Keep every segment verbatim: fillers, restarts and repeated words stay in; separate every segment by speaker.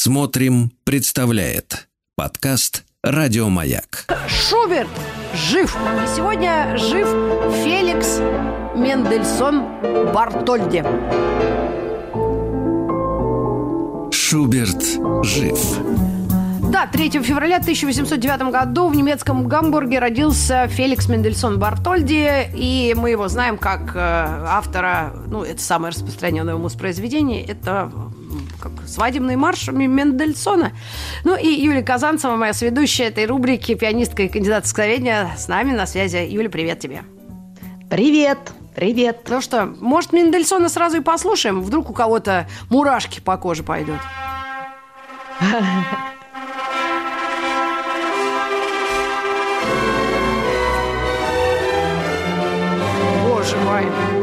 Speaker 1: Смотрим, представляет подкаст «Радио Маяк».
Speaker 2: Шуберт жив. И сегодня жив Феликс Мендельсон Бартольди.
Speaker 1: Шуберт жив.
Speaker 2: Да, третьего февраля тысяча восемьсот девятого году в немецком Гамбурге родился Феликс Мендельсон Бартольди, и мы его знаем как э, автора, ну, это самое распространенное воспроизведение, это как свадебный марш Мендельсона. Ну и Юлия Казанцева, моя сведущая этой рубрики, пианистка и кандидат искусствоведения, с нами на связи. Юля, привет тебе.
Speaker 3: Привет. Привет.
Speaker 2: Ну что, может, Мендельсона сразу и послушаем? Вдруг у кого-то мурашки по коже пойдут. Боже мой.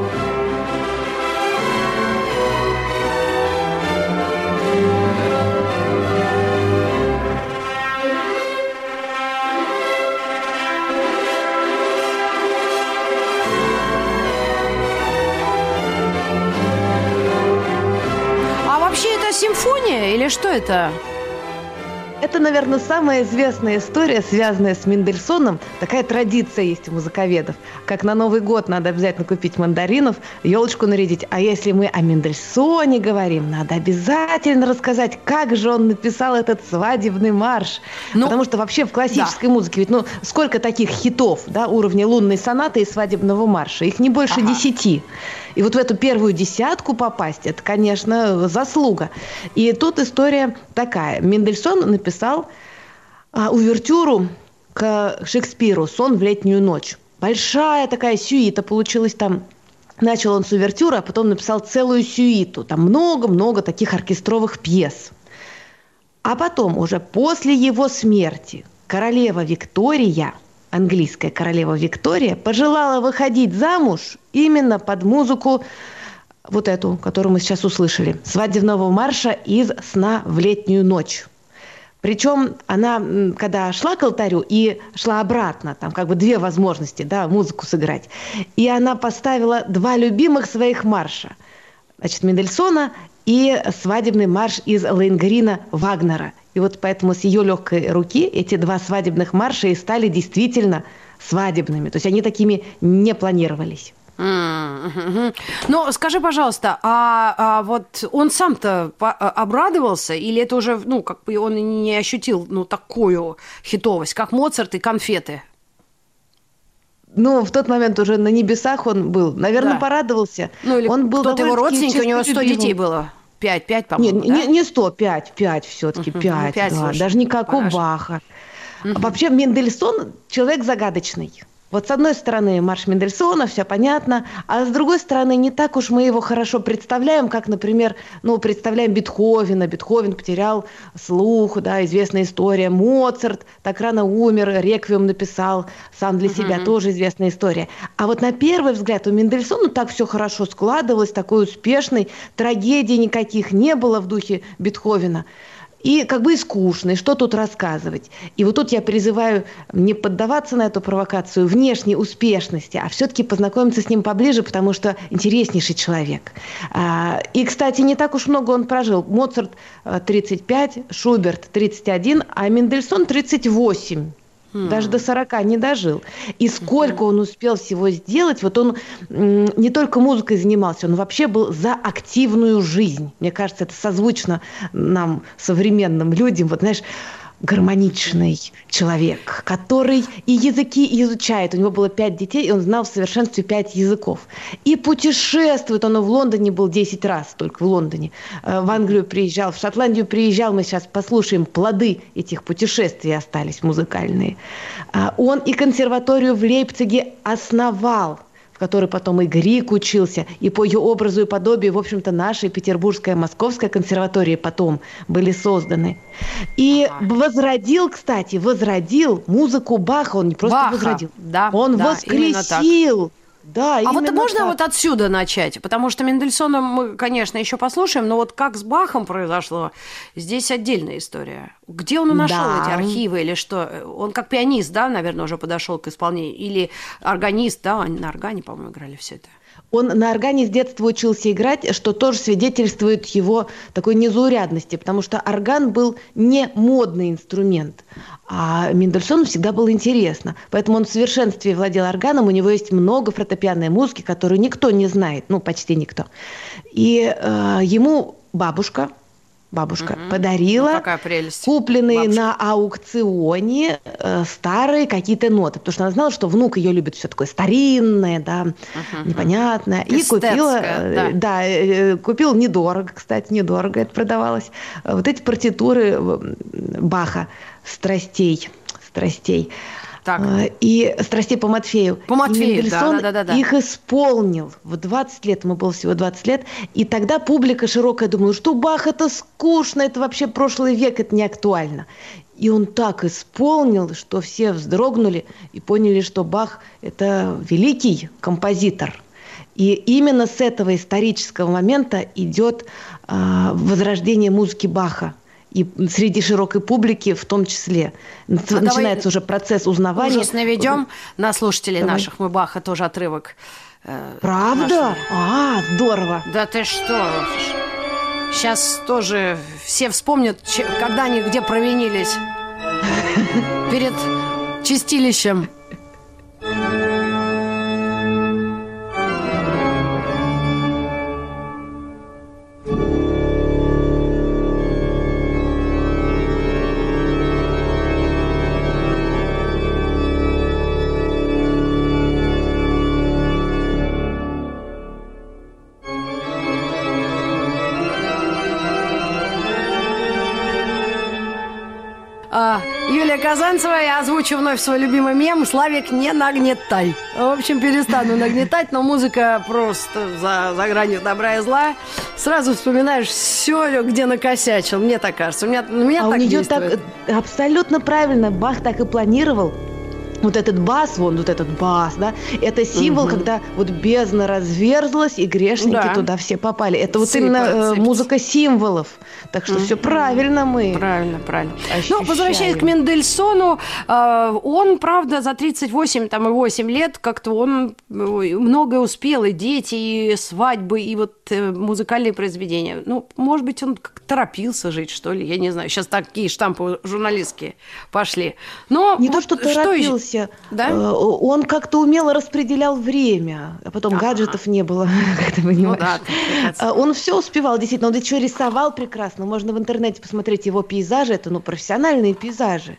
Speaker 2: А вообще это симфония или что это?
Speaker 3: Это, наверное, самая известная история, связанная с Мендельсоном. Такая традиция есть у музыковедов. Как на Новый год надо обязательно купить мандаринов, елочку нарядить. А если мы о Мендельсоне говорим, надо обязательно рассказать, как же он написал этот свадебный марш. Ну, потому что вообще в классической да. музыке ведь ну, сколько таких хитов, да, уровня лунной сонаты и свадебного марша? Их не больше ага. десяти. И вот в эту первую десятку попасть, это, конечно, заслуга. И тут история такая. Мендельсон написал а, увертюру к Шекспиру «Сон в летнюю ночь». Большая такая сюита получилась там. Начал он с увертюры, а потом написал целую сюиту. Там много-много таких оркестровых пьес. А потом, уже после его смерти, королева Виктория, английская королева Виктория, пожелала выходить замуж именно под музыку вот эту, которую мы сейчас услышали, свадебного марша из «Сна в летнюю ночь». Причем она, когда шла к алтарю и шла обратно, там как бы две возможности, да, музыку сыграть, и она поставила два любимых своих марша, значит, Мендельсона и свадебный марш из Лоенгрина Вагнера. И вот поэтому с ее легкой руки эти два свадебных марша и стали действительно свадебными. То есть они такими не планировались.
Speaker 2: Mm-hmm. Ну, скажи, пожалуйста, а, а вот он сам-то обрадовался, или это уже, ну, как бы он не ощутил, ну, такую хитовость, как Моцарт и конфеты?
Speaker 3: Ну, в тот момент уже на небесах он был. Наверное, да. порадовался.
Speaker 2: Ну, или
Speaker 3: он был
Speaker 2: кто-то его родственник, у него сто детей было. Пять, пять, по-моему,
Speaker 3: Нет,
Speaker 2: да?
Speaker 3: не, не сто, пять, пять все-таки, uh-huh. пять, пять да. Даже не как Хорошо. у Баха. Uh-huh. Вообще Мендельсон человек загадочный. Вот с одной стороны марш Мендельсона, все понятно, а с другой стороны не так уж мы его хорошо представляем, как, например, ну, представляем Бетховена. Бетховен потерял слух, да, известная история. Моцарт так рано умер, реквием написал сам для себя, uh-huh. тоже известная история. А вот на первый взгляд у Мендельсона так все хорошо складывалось, такой успешной, трагедий никаких не было в духе Бетховена. И как бы и скучно, и что тут рассказывать. И вот тут я призываю не поддаваться на эту провокацию внешней успешности, а все-таки познакомиться с ним поближе, потому что интереснейший человек. И, кстати, не так уж много он прожил. Моцарт тридцать пять, Шуберт тридцать один, а Мендельсон тридцать восемь. Даже до сорока не дожил. И сколько он успел всего сделать. Вот он м, не только музыкой занимался, он вообще был за активную жизнь. Мне кажется, это созвучно нам, современным людям. Вот, знаешь, гармоничный человек, который и языки изучает. У него было пять детей, и он знал в совершенстве пять языков. И путешествует. Он в Лондоне был десять раз, только в Лондоне. В Англию приезжал, в Шотландию приезжал. Мы сейчас послушаем, плоды этих путешествий остались музыкальные. Он и консерваторию в Лейпциге основал, в которой потом и Грик учился, и по ее образу и подобию, в общем-то, наша Петербургская, Московская консерватории потом были созданы. И возродил, кстати, возродил музыку Баха. Он не просто
Speaker 2: Баха,
Speaker 3: возродил,
Speaker 2: да,
Speaker 3: он
Speaker 2: да,
Speaker 3: воскресил. Да,
Speaker 2: а вот можно
Speaker 3: так.
Speaker 2: вот отсюда начать? Потому что Мендельсона мы, конечно, еще послушаем, но вот как с Бахом произошло, здесь отдельная история. Где он нашел да. эти архивы или что? Он как пианист, да, наверное, уже подошел к исполнению? Или органист, да, они на органе, по-моему, играли все это?
Speaker 3: Он на органе с детства учился играть, что тоже свидетельствует его такой незаурядности, потому что орган был не модный инструмент, а Мендельсону всегда было интересно. Поэтому он в совершенстве владел органом, у него есть много фортепианной музыки, которую никто не знает, ну, почти никто. И э, ему бабушка... Бабушка угу. подарила ну, купленные Бабушка. на аукционе э, старые какие-то ноты, потому что она знала, что внук ее любит все такое старинное, да, угу. непонятное. И купила, да, да э, купил недорого, кстати, недорого это продавалось. Вот эти партитуры Баха, страстей, страстей. Так. И «Страстей по Матфею».
Speaker 2: По Матфею,
Speaker 3: и Мендельсон
Speaker 2: да, да, да, да.
Speaker 3: их исполнил в двадцать лет, ему было всего двадцать лет, и тогда публика широкая думала, что Бах это скучно, это вообще прошлый век, это не актуально. И он так исполнил, что все вздрогнули и поняли, что Бах это великий композитор. И именно с этого исторического момента идет э, возрождение музыки Баха. И среди широкой публики в том числе. А начинается уже процесс узнавания.
Speaker 2: Ужас наведем на слушателей давай. наших. Мы Баха тоже отрывок.
Speaker 3: Э, Правда? Нашли. А, здорово.
Speaker 2: Да ты что? Сейчас тоже все вспомнят, когда они где провинились. Перед чистилищем. Юлия Казанцева, я озвучу вновь свой любимый мем «Славик, не нагнетай». В общем, перестану нагнетать, но музыка просто за, за гранью добра и зла. Сразу вспоминаешь все, где накосячил. Мне так кажется. У меня, у меня
Speaker 3: а
Speaker 2: так
Speaker 3: у нее
Speaker 2: действует.
Speaker 3: Так абсолютно правильно. Бах так и планировал. Вот этот бас, вон, вот этот бас, да, это символ, угу. когда вот бездна разверзлась, и грешники да. туда все попали. Это вот Сыпа, именно э, музыка символов. Так что угу. все правильно мы
Speaker 2: Правильно, правильно. Ощущаем. Ну, возвращаясь к Мендельсону, э, он, правда, за тридцать восемь там, и восемь лет как-то он многое успел, и дети, и свадьбы, и вот э, музыкальные произведения. Ну, может быть, он как-то торопился жить, что ли, я не знаю. Сейчас такие штампы журналистские пошли. Но
Speaker 3: не
Speaker 2: вот
Speaker 3: то, что торопился. Да? Он как-то умело распределял время, а потом А-а-а. гаджетов не было, как ты понимаешь. Ну, да, он все успевал, действительно. Он еще рисовал прекрасно. Можно в интернете посмотреть его пейзажи. Это ну, профессиональные пейзажи.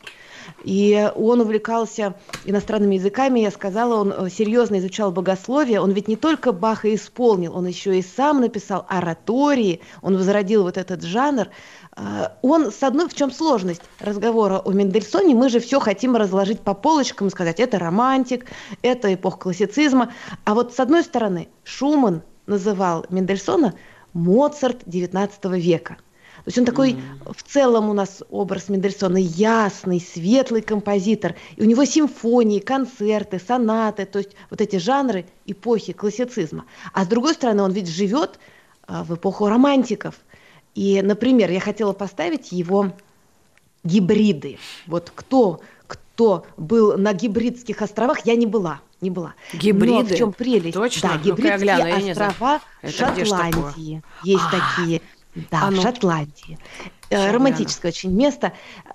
Speaker 3: И он увлекался иностранными языками, я сказала, он серьезно изучал богословие. Он ведь не только Баха исполнил, он еще и сам написал оратории, он возродил вот этот жанр. Он, с одной, в чем сложность разговора о Мендельсоне, мы же все хотим разложить по полочкам и сказать, это романтик, это эпоха классицизма. А вот с одной стороны, Шуман называл Мендельсона Моцарт девятнадцатого века. То есть он такой, mm-hmm. в целом у нас образ Мендельсона ясный, светлый композитор. И у него симфонии, концерты, сонаты, то есть вот эти жанры эпохи классицизма. А с другой стороны, он ведь живет а, в эпоху романтиков. И, например, я хотела поставить его гибриды. Вот кто, кто был на Гибридских островах, я не была. Не была.
Speaker 2: Гибриды?
Speaker 3: Но в чем прелесть?
Speaker 2: Точно?
Speaker 3: Да, Гибридские гляну, острова Шотландии. Есть ага. такие. Да, а ну. в Шотландии. Шотландия. Романтическое очень место.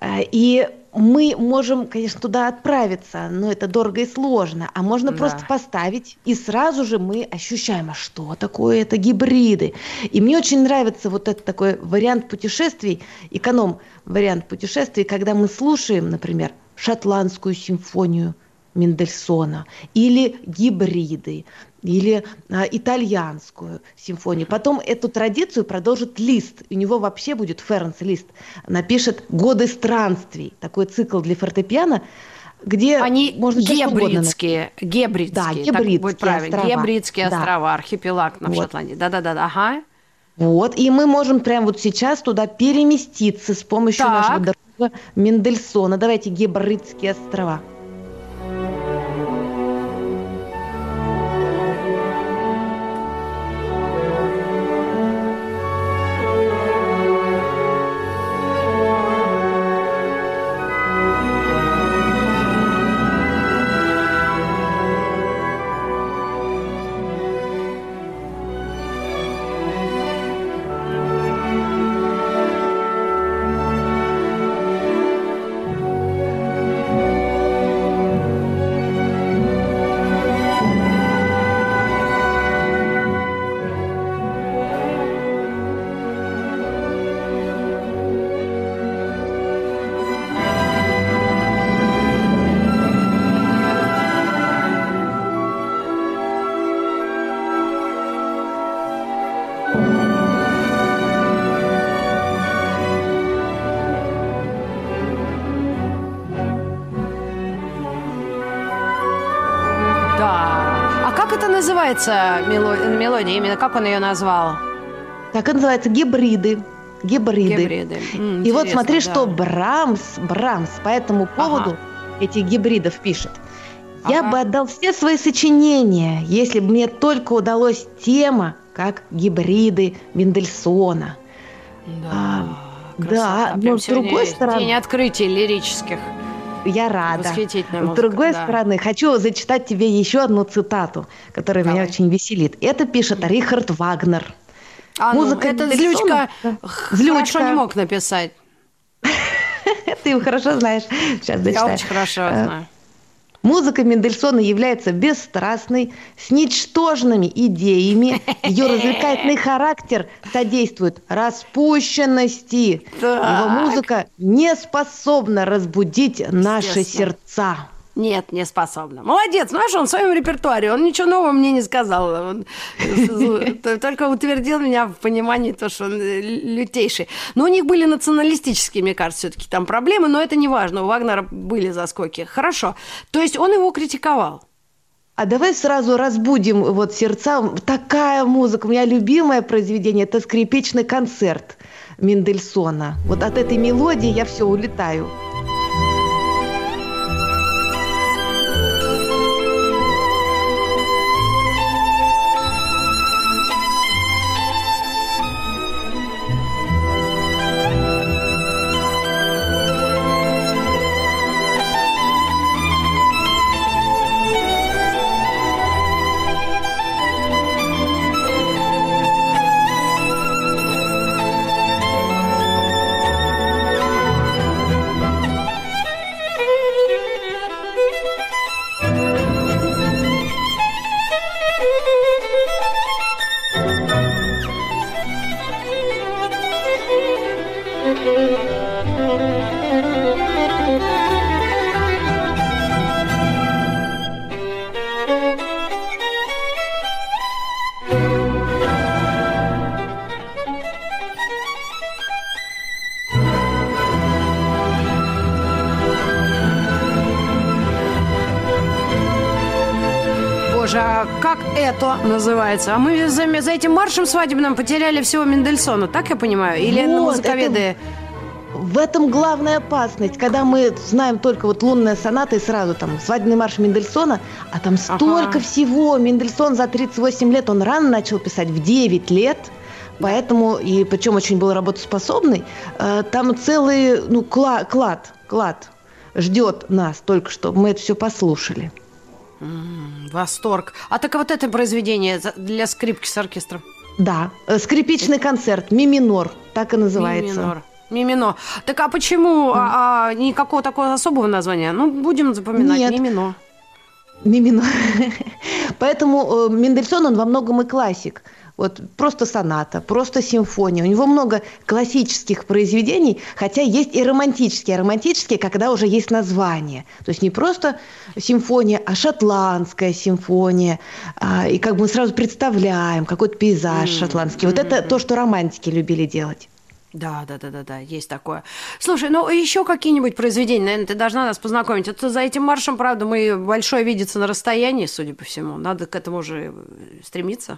Speaker 3: И мы можем, конечно, туда отправиться, но это дорого и сложно. А можно да. просто поставить, и сразу же мы ощущаем, а что такое это гибриды. И мне очень нравится вот этот такой вариант путешествий, эконом-вариант путешествий, когда мы слушаем, например, шотландскую симфонию Мендельсона или гибриды, или а, итальянскую симфонию. Потом эту традицию продолжит Лист. У него вообще будет Ференц Лист. Напишет «Годы странствий». Такой цикл для фортепиано, где
Speaker 2: Они можно гебридские, гебридские,
Speaker 3: да, гебридские
Speaker 2: так будет правильно.
Speaker 3: острова.
Speaker 2: Гебридские
Speaker 3: да.
Speaker 2: острова, архипелаг на вот. Шотландии. Да-да-да, ага.
Speaker 3: Вот, и мы можем прямо вот сейчас туда переместиться с помощью так. нашего дорогого Мендельсона. Давайте Гебридские острова.
Speaker 2: называется мелодия? Именно как он ее назвал?
Speaker 3: Так и называется «Гибриды». Гибриды.
Speaker 2: Гибриды. М,
Speaker 3: и вот смотри,
Speaker 2: да.
Speaker 3: что Брамс, Брамс по этому поводу ага. этих гибридов пишет. Я ага. бы отдал все свои сочинения, если бы мне только удалось тема, как гибриды Мендельсона.
Speaker 2: Да,
Speaker 3: а, да но с другой стороны...
Speaker 2: День открытий лирических.
Speaker 3: Я рада.
Speaker 2: Восхитительная музыка,
Speaker 3: с другой
Speaker 2: да.
Speaker 3: стороны, хочу зачитать тебе еще одну цитату, которая Давай. меня очень веселит. Это пишет Рихард Вагнер.
Speaker 2: А, музыка ну, это Злючка
Speaker 3: да.
Speaker 2: хорошо не мог написать.
Speaker 3: Ты его хорошо знаешь. Сейчас зачитаю.
Speaker 2: Я очень хорошо знаю.
Speaker 3: Музыка Мендельсона является бесстрастной, с ничтожными идеями. Ее развлекательный характер содействует распущенности. Так. Его музыка не способна разбудить наши сердца.
Speaker 2: Нет, не способна. Молодец, знаешь, он в своем репертуаре, он ничего нового мне не сказал. Он только утвердил меня в понимании, то, что он лютейший. Но у них были националистические, мне кажется, все-таки там проблемы, но это не важно. У Вагнера были заскоки. Хорошо. То есть он его критиковал.
Speaker 3: А давай сразу разбудим вот сердца. Такая музыка, моя любимое произведение, это «Скрипичный концерт» Мендельсона. Вот от этой мелодии я все улетаю.
Speaker 2: А как это называется? А мы за, за этим маршем свадебным потеряли всего Мендельсона, так я понимаю? Или вот, музыковеды...
Speaker 3: Это, в этом главная опасность, когда мы знаем только вот лунная соната и сразу там свадебный марш Мендельсона, а там столько ага. всего. Мендельсон за тридцать восемь лет, он рано начал писать, в девять лет. Поэтому, и причем очень был работоспособный, э, там целый ну, клад, клад, клад ждет нас только, чтобы мы это все послушали.
Speaker 2: Mm, восторг. А так вот это произведение для скрипки с оркестром?
Speaker 3: Да, скрипичный это... концерт, ми минор, так и называется.
Speaker 2: Ми минор. Ми минор. Так а почему mm. а, а, никакого такого особого названия? Ну, будем запоминать. Нет. Ми минор.
Speaker 3: Ми минор. Поэтому Мендельсон, он во многом и классик. Вот просто соната, просто симфония. У него много классических произведений, хотя есть и романтические. А романтические, когда уже есть название. То есть не просто симфония, а шотландская симфония. И как бы мы сразу представляем какой-то пейзаж mm-hmm. шотландский. Вот mm-hmm. это то, что романтики любили делать.
Speaker 2: Да, да, да, да, да, есть такое. Слушай, ну еще какие-нибудь произведения, наверное, ты должна нас познакомить. Вот за этим маршем, правда, мы большое видится на расстоянии, судя по всему. Надо к этому же стремиться.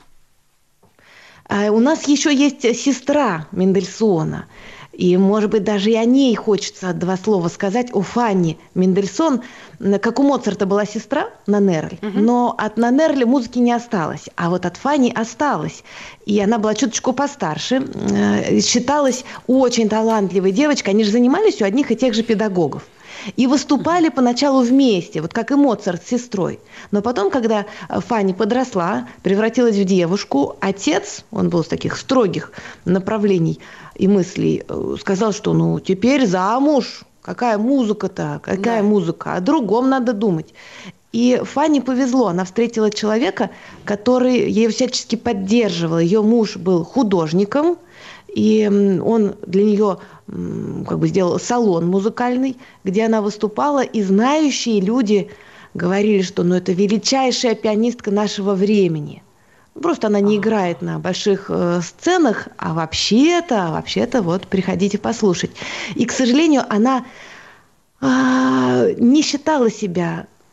Speaker 3: У нас еще есть сестра Мендельсона, и, может быть, даже и о ней хочется два слова сказать. У Фанни Мендельсон, как у Моцарта была сестра Нанерль, угу. но от Нанерли музыки не осталось, а вот от Фанни осталось. И она была чуточку постарше, считалась очень талантливой девочкой. Они же занимались у одних и тех же педагогов. И выступали поначалу вместе, вот как и Моцарт с сестрой. Но потом, когда Фанни подросла, превратилась в девушку, отец, он был с таких строгих направлений и мыслей, сказал, что ну теперь замуж, какая музыка-то, какая да. музыка, о другом надо думать. И Фанни повезло, она встретила человека, который ее всячески поддерживал. Ее муж был художником, и он для нее как бы сделал салон музыкальный, где она выступала, и знающие люди говорили, что ну, это величайшая пианистка нашего времени. Просто она не играет на больших э, сценах, а вообще-то, вообще-то вот приходите послушать. И, к сожалению, она э, не считала себя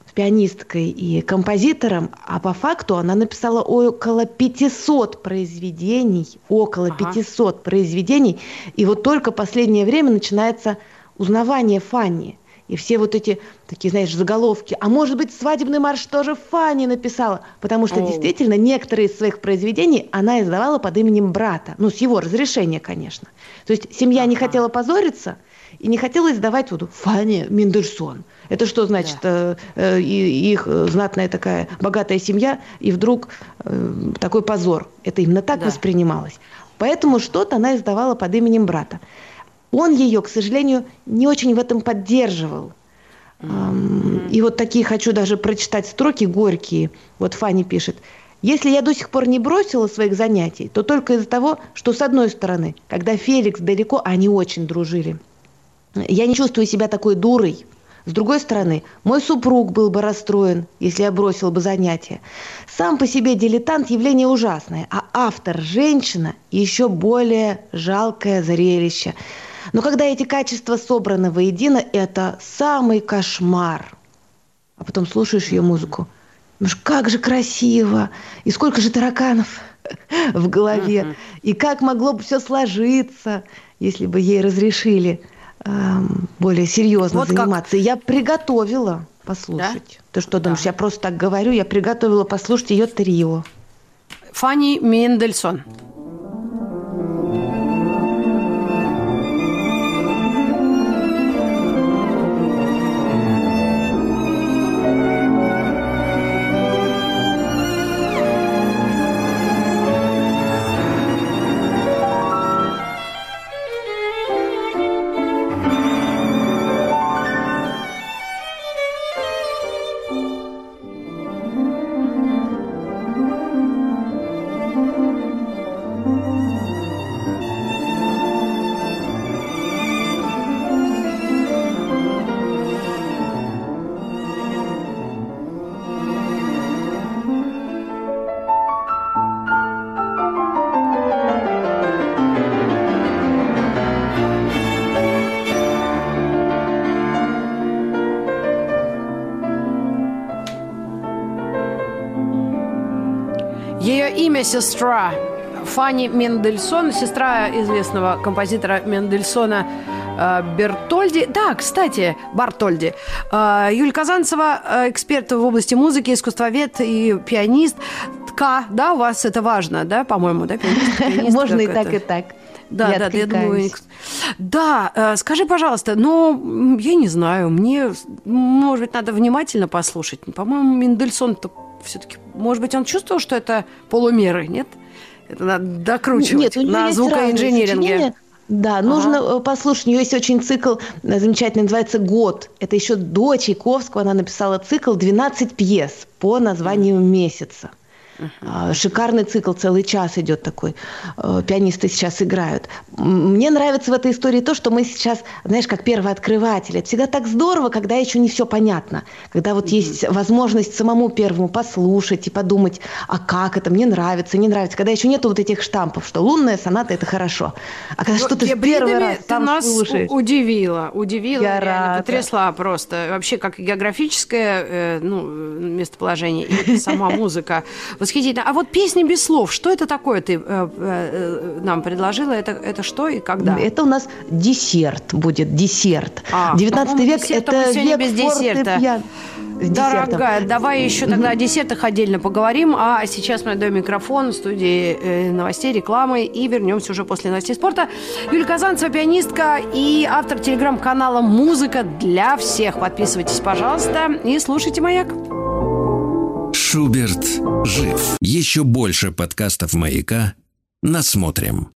Speaker 3: пианисткой и композитором, а по факту она написала около пятисот произведений, около ага. пятисот произведений, и вот только в последнее время начинается узнавание Фанни. И все вот эти, такие, знаешь, заголовки. А может быть, свадебный марш тоже Фанни написала? Потому что, О. действительно, некоторые из своих произведений она издавала под именем брата. Ну, с его разрешения, конечно. То есть семья ага. не хотела позориться и не хотела издавать вот Фанни Мендельсон. Это что значит? Да. Э, э, их знатная такая богатая семья, и вдруг э, такой позор. Это именно так да. воспринималось. Поэтому что-то она издавала под именем брата. Он ее, к сожалению, не очень в этом поддерживал. Mm-hmm. И вот такие хочу даже прочитать строки горькие. Вот Фанни пишет. «Если я до сих пор не бросила своих занятий, то только из-за того, что, с одной стороны, когда Феликс далеко, они очень дружили, я не чувствую себя такой дурой. С другой стороны, мой супруг был бы расстроен, если я бросила бы занятия. Сам по себе дилетант – явление ужасное, а автор – женщина – еще более жалкое зрелище. Но когда эти качества собраны воедино, это самый кошмар». А потом слушаешь ее музыку. Думаешь, как же красиво, и сколько же тараканов в голове, uh-huh. и как могло бы все сложиться, если бы ей разрешили эм, более серьезно вот заниматься. Как... Я приготовила послушать. Да? Ты что да. думаешь, я просто так говорю, я приготовила послушать ее трио.
Speaker 2: Фанни Мендельсон. Ее имя сестра Фанни Мендельсон, сестра известного композитора Мендельсона э, Бертольди. Да, кстати, Бартольди. Э, Юлия Казанцева, э, эксперт в области музыки, искусствовед и пианист. Ка, да, у вас это важно, да, по-моему, да, пианист, пианист.
Speaker 3: Можно и так, и так.
Speaker 2: Да, да, я думаю. Да, э, скажи, пожалуйста, но я не знаю, мне, может быть, надо внимательно послушать. По-моему, Мендельсон-то все-таки, может быть, он чувствовал, что это полумеры, нет? Это надо докручивать нет, на звукоинжиниринге.
Speaker 3: Да, нужно ага. послушать. У нее есть очень цикл замечательный, называется «Год». Это еще до Чайковского она написала цикл «двенадцать пьес» по названию «Месяца». Uh-huh. Шикарный цикл, целый час идет такой. Пианисты сейчас играют. Мне нравится в этой истории то, что мы сейчас, знаешь, как первооткрыватели. Это всегда так здорово, когда еще не все понятно. Когда вот uh-huh. есть возможность самому первому послушать и подумать, а как это, мне нравится, не нравится. Когда еще нету вот этих штампов, что лунная соната – это хорошо. А когда но что-то в первый раз там
Speaker 2: нас
Speaker 3: слушаешь.
Speaker 2: удивила, удивила,
Speaker 3: я
Speaker 2: реально
Speaker 3: рада.
Speaker 2: Потрясла просто. Вообще, как географическое э, ну, местоположение и сама музыка. Восхитительно. А вот песни без слов, что это такое ты э, э, нам предложила? Это, это что и когда?
Speaker 3: Это у нас десерт будет, десерт. А, девятнадцатый век – это век
Speaker 2: без десерта. Дорогая, давай еще тогда mm-hmm. о десертах отдельно поговорим. А сейчас мы отдаем микрофон в студии э, новостей, рекламы и вернемся уже после новостей спорта. Юлия Казанцева, пианистка и автор телеграм-канала «Музыка для всех». Подписывайтесь, пожалуйста, и слушайте «Маяк».
Speaker 1: Шуберт жив. Еще больше подкастов «Маяка» насмотрим.